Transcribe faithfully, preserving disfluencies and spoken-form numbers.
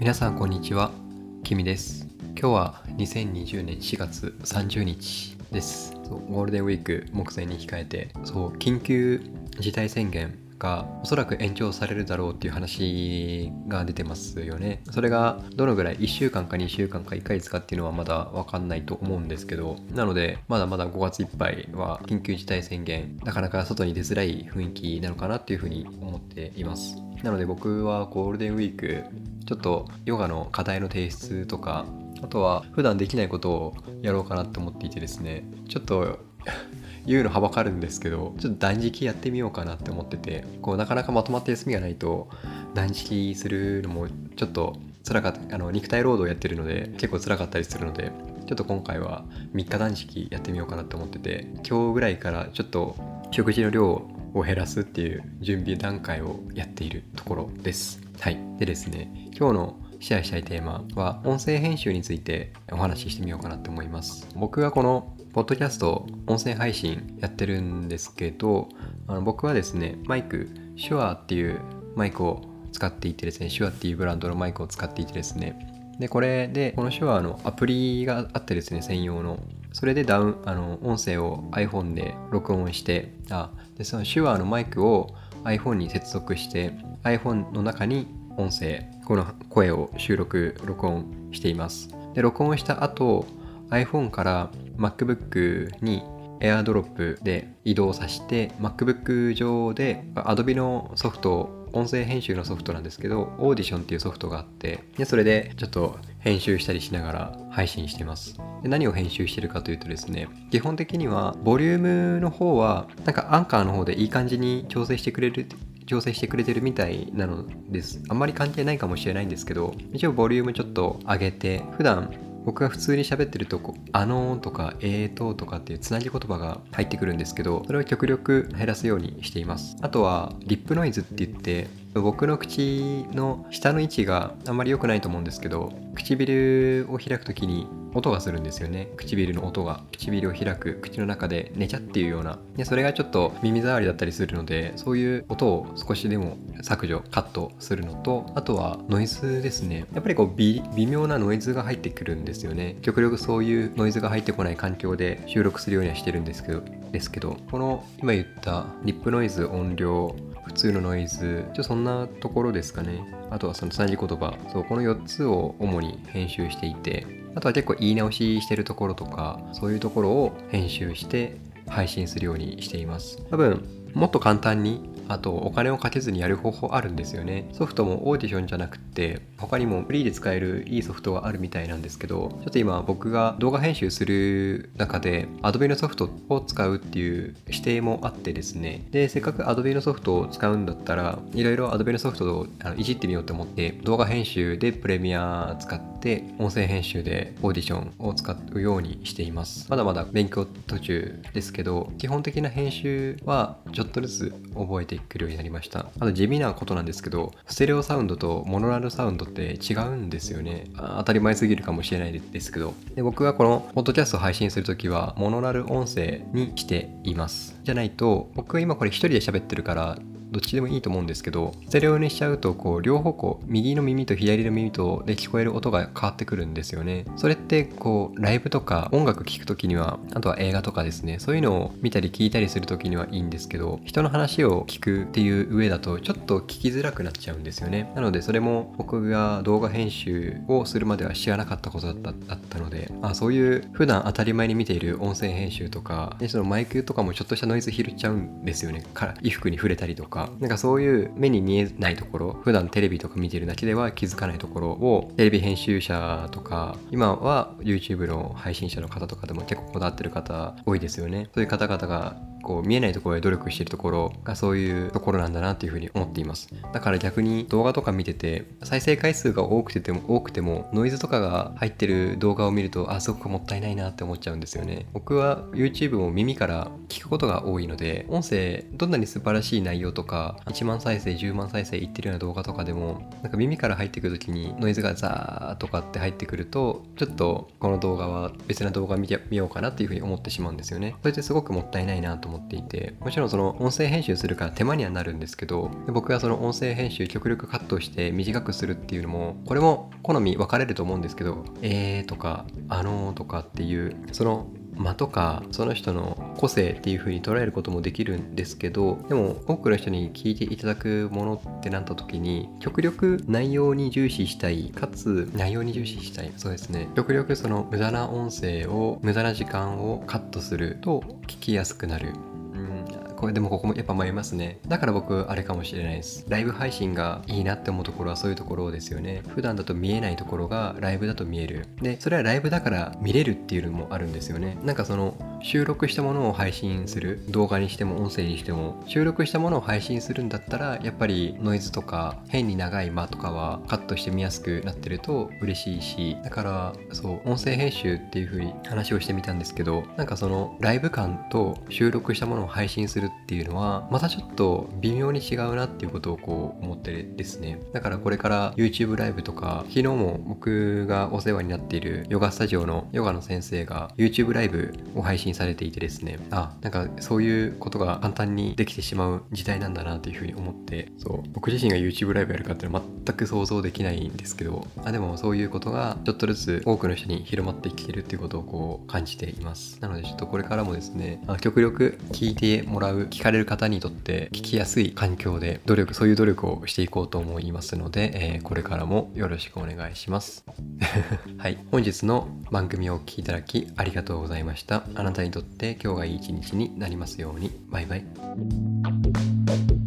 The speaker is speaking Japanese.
皆さんこんにちは、キミです。今日はにせんにじゅうねんしがつさんじゅうにちです。そうゴールデンウィーク目前に控えて、そう緊急事態宣言がおそらく延長されるだろうっていう話が出てますよね。それがどのぐらいいっしゅうかんかにしゅうかんかいっかげつかっていうのはまだわかんないと思うんですけど、なのでまだまだごがついっぱいは緊急事態宣言、なかなか外に出づらい雰囲気なのかなっていうふうに思っています。なので僕はゴールデンウィークちょっとヨガの課題の提出とか、あとは普段できないことをやろうかなと思っていてですね、ちょっと言うのはばかるんですけど、ちょっと断食やってみようかなって思ってて、こうなかなかまとまった休みがないと断食するのもちょっと辛かった、あの肉体労働やってるので結構辛かったりするので、ちょっと今回はみっか断食やってみようかなと思ってて、今日ぐらいからちょっと食事の量を減らすっていう準備段階をやっているところです。はい。でですね、今日のシェアしたいテーマは音声編集についてお話ししてみようかなと思います。僕がこのポッドキャスト音声配信やってるんですけど、あの僕はですね、マイク、シュアっていうマイクを使っていてですね、シュアっていうブランドのマイクを使っていてですね、でこれでこの手話のアプリがあってですね、専用のそれでダウンあの音声を iPhone で録音して、あでその手話のマイクを iPhone に接続して iPhone の中に音声、この声を収録録音しています。で録音した後 iPhone から MacBook に AirDrop で移動させて MacBook 上で Adobe のソフトを音声編集のソフトなんですけど、オーディションっていうソフトがあって、でそれでちょっと編集したりしながら配信しています。で何を編集してるかというとですね、基本的にはボリュームの方はなんかアンカーの方でいい感じに調整してくれる調整してくれてるみたいなのです。あんまり関係ないかもしれないんですけど、一応ボリュームちょっと上げて、普段僕が普通に喋ってるとこあのーとかえーととかっていうつなぎ言葉が入ってくるんですけど、それを極力減らすようにしています。あとはリップノイズって言って、僕の口の下の位置があんまり良くないと思うんですけど、唇を開くときに音がするんですよね。唇の音が唇を開く、口の中で寝ちゃっていうような、でそれがちょっと耳障りだったりするので、そういう音を少しでも削除カットするのと、あとはノイズですね。やっぱりこう 微, 微妙なノイズが入ってくるんですよね。極力そういうノイズが入ってこない環境で収録するようにはしてるんですけどですけどこの今言ったリップノイズ、音量、普通のノイズ、ちょそんなところですかね。あとはそのつなぎ言葉、そうこのよっつを主に編集していて、あとは結構言い直ししてるところとか、そういうところを編集して配信するようにしています。多分もっと簡単に、あとお金をかけずにやる方法あるんですよね。ソフトもオーディションじゃなくって他にもフリーで使えるいいソフトがあるみたいなんですけど、ちょっと今僕が動画編集する中で Adobe のソフトを使うっていう指定もあってですね、でせっかく Adobe のソフトを使うんだったらいろいろ Adobe のソフトをあのいじってみようと思って、動画編集でプレミア使って音声編集でオーディションを使うようにしています。まだまだ勉強途中ですけど、基本的な編集はちょっとずつ覚えてくるようになりました。あと地味なことなんですけど、ステレオサウンドとモノラルサウンドって違うんですよね。当たり前すぎるかもしれないですけど、で僕がこのポッドキャストを配信するときはモノラル音声にしています。じゃないと、僕は今これ一人で喋ってるからどっちでもいいと思うんですけど、ステレオにしちゃうとこう両方向、右の耳と左の耳とで聞こえる音が変わってくるんですよね。それってこうライブとか音楽聴くときには、あとは映画とかですね、そういうのを見たり聞いたりするときにはいいんですけど、人の話を聞くっていう上だとちょっと聞きづらくなっちゃうんですよね。なのでそれも僕が動画編集をするまでは知らなかったことだった、だったので、あそういう普段当たり前に見ている音声編集とかで、そのマイクとかもちょっとしたノイズ拾っちゃうんですよね。から衣服に触れたりとか、なんかそういう目に見えないところ、普段テレビとか見てるだけでは気づかないところをテレビ編集者とか、今は YouTube の配信者の方とかでも結構こだわってる方多いですよね。そういう方々がこう見えないところで努力しているところがそういうところなんだなっていうふうに思っています。だから逆に動画とか見てて再生回数が多くても多くてもノイズとかが入ってる動画を見ると、あすごくもったいないなって思っちゃうんですよね。僕は YouTube を耳から聞くことが多いので、音声どんなに素晴らしい内容とかいちまん再生じゅうまん再生いってるような動画とかでもなんか耳から入ってくる時にノイズがザーとかって入ってくるとちょっとこの動画は別な動画見てみようかなっていうふうに思ってしまうんですよね。それってすごくもったいないなと思っていて、もちろんその音声編集するから手間にはなるんですけど、僕がその音声編集極力カットして短くするっていうのもこれも好み分かれると思うんですけど、えーとかあのーとかっていうその間とかその人の個性っていう風に捉えることもできるんですけど、でも多くの人に聞いていただくものってなった時に極力内容に重視したい、かつ内容に重視したい、そうですね、極力その無駄な音声を無駄な時間をカットすると聞きやすくなる。これでもここもやっぱ迷いますね。だから僕あれかもしれないです。ライブ配信がいいなって思うところはそういうところですよね。普段だと見えないところがライブだと見える。で、それはライブだから見れるっていうのもあるんですよね。なんかその収録したものを配信する、動画にしても音声にしても収録したものを配信するんだったらやっぱりノイズとか変に長い間とかはカットして見やすくなってると嬉しいし、だからそう音声編集っていう風に話をしてみたんですけど、なんかそのライブ感と収録したものを配信するっていうのはまたちょっと微妙に違うなっていうことをこう思ってですね。だからこれから YouTube ライブとか、昨日も僕がお世話になっているヨガスタジオのヨガの先生が YouTube ライブを配信されていてですね、あ、なんかそういうことが簡単にできてしまう時代なんだなというふうに思って、そう僕自身が YouTube ライブやるかっていうのは全く想像できないんですけど、あでもそういうことがちょっとずつ多くの人に広まってきてるっていうことをこう感じています。なのでちょっとこれからもですね、あ極力聞いてもらう、聞かれる方にとって聞きやすい環境で努力そういう努力をしていこうと思いますので、えーこれからもよろしくお願いしますはい、本日の番組をお聞きいただきありがとうございました。あなたにとって今日がいい一日になりますように。バイバイ。